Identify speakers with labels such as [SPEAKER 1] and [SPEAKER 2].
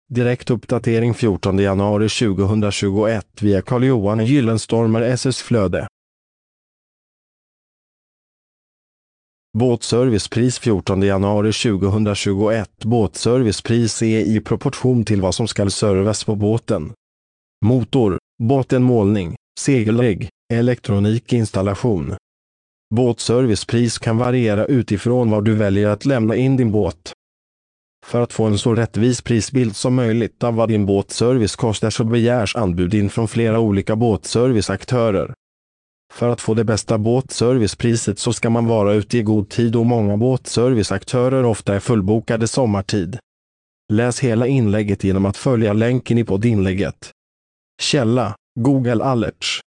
[SPEAKER 1] Direkt uppdatering 14 januari 2021 via Carl-Johan Gyllenstormer SS-flöde. Båtservicepris 14 januari 2021. Båtservicepris är i proportion till vad som ska servas på båten. Motor, bottenmålning, segelägg, elektronikinstallation. Båtservicepris kan variera utifrån var du väljer att lämna in din båt. För att få en så rättvis prisbild som möjligt av vad din båtservice kostar så begärs anbud in från flera olika båtserviceaktörer. För att få det bästa båtservicepriset så ska man vara ute i god tid och många båtserviceaktörer ofta är fullbokade sommartid. Läs hela inlägget genom att följa länken i poddinlägget. Källa: Google Alerts.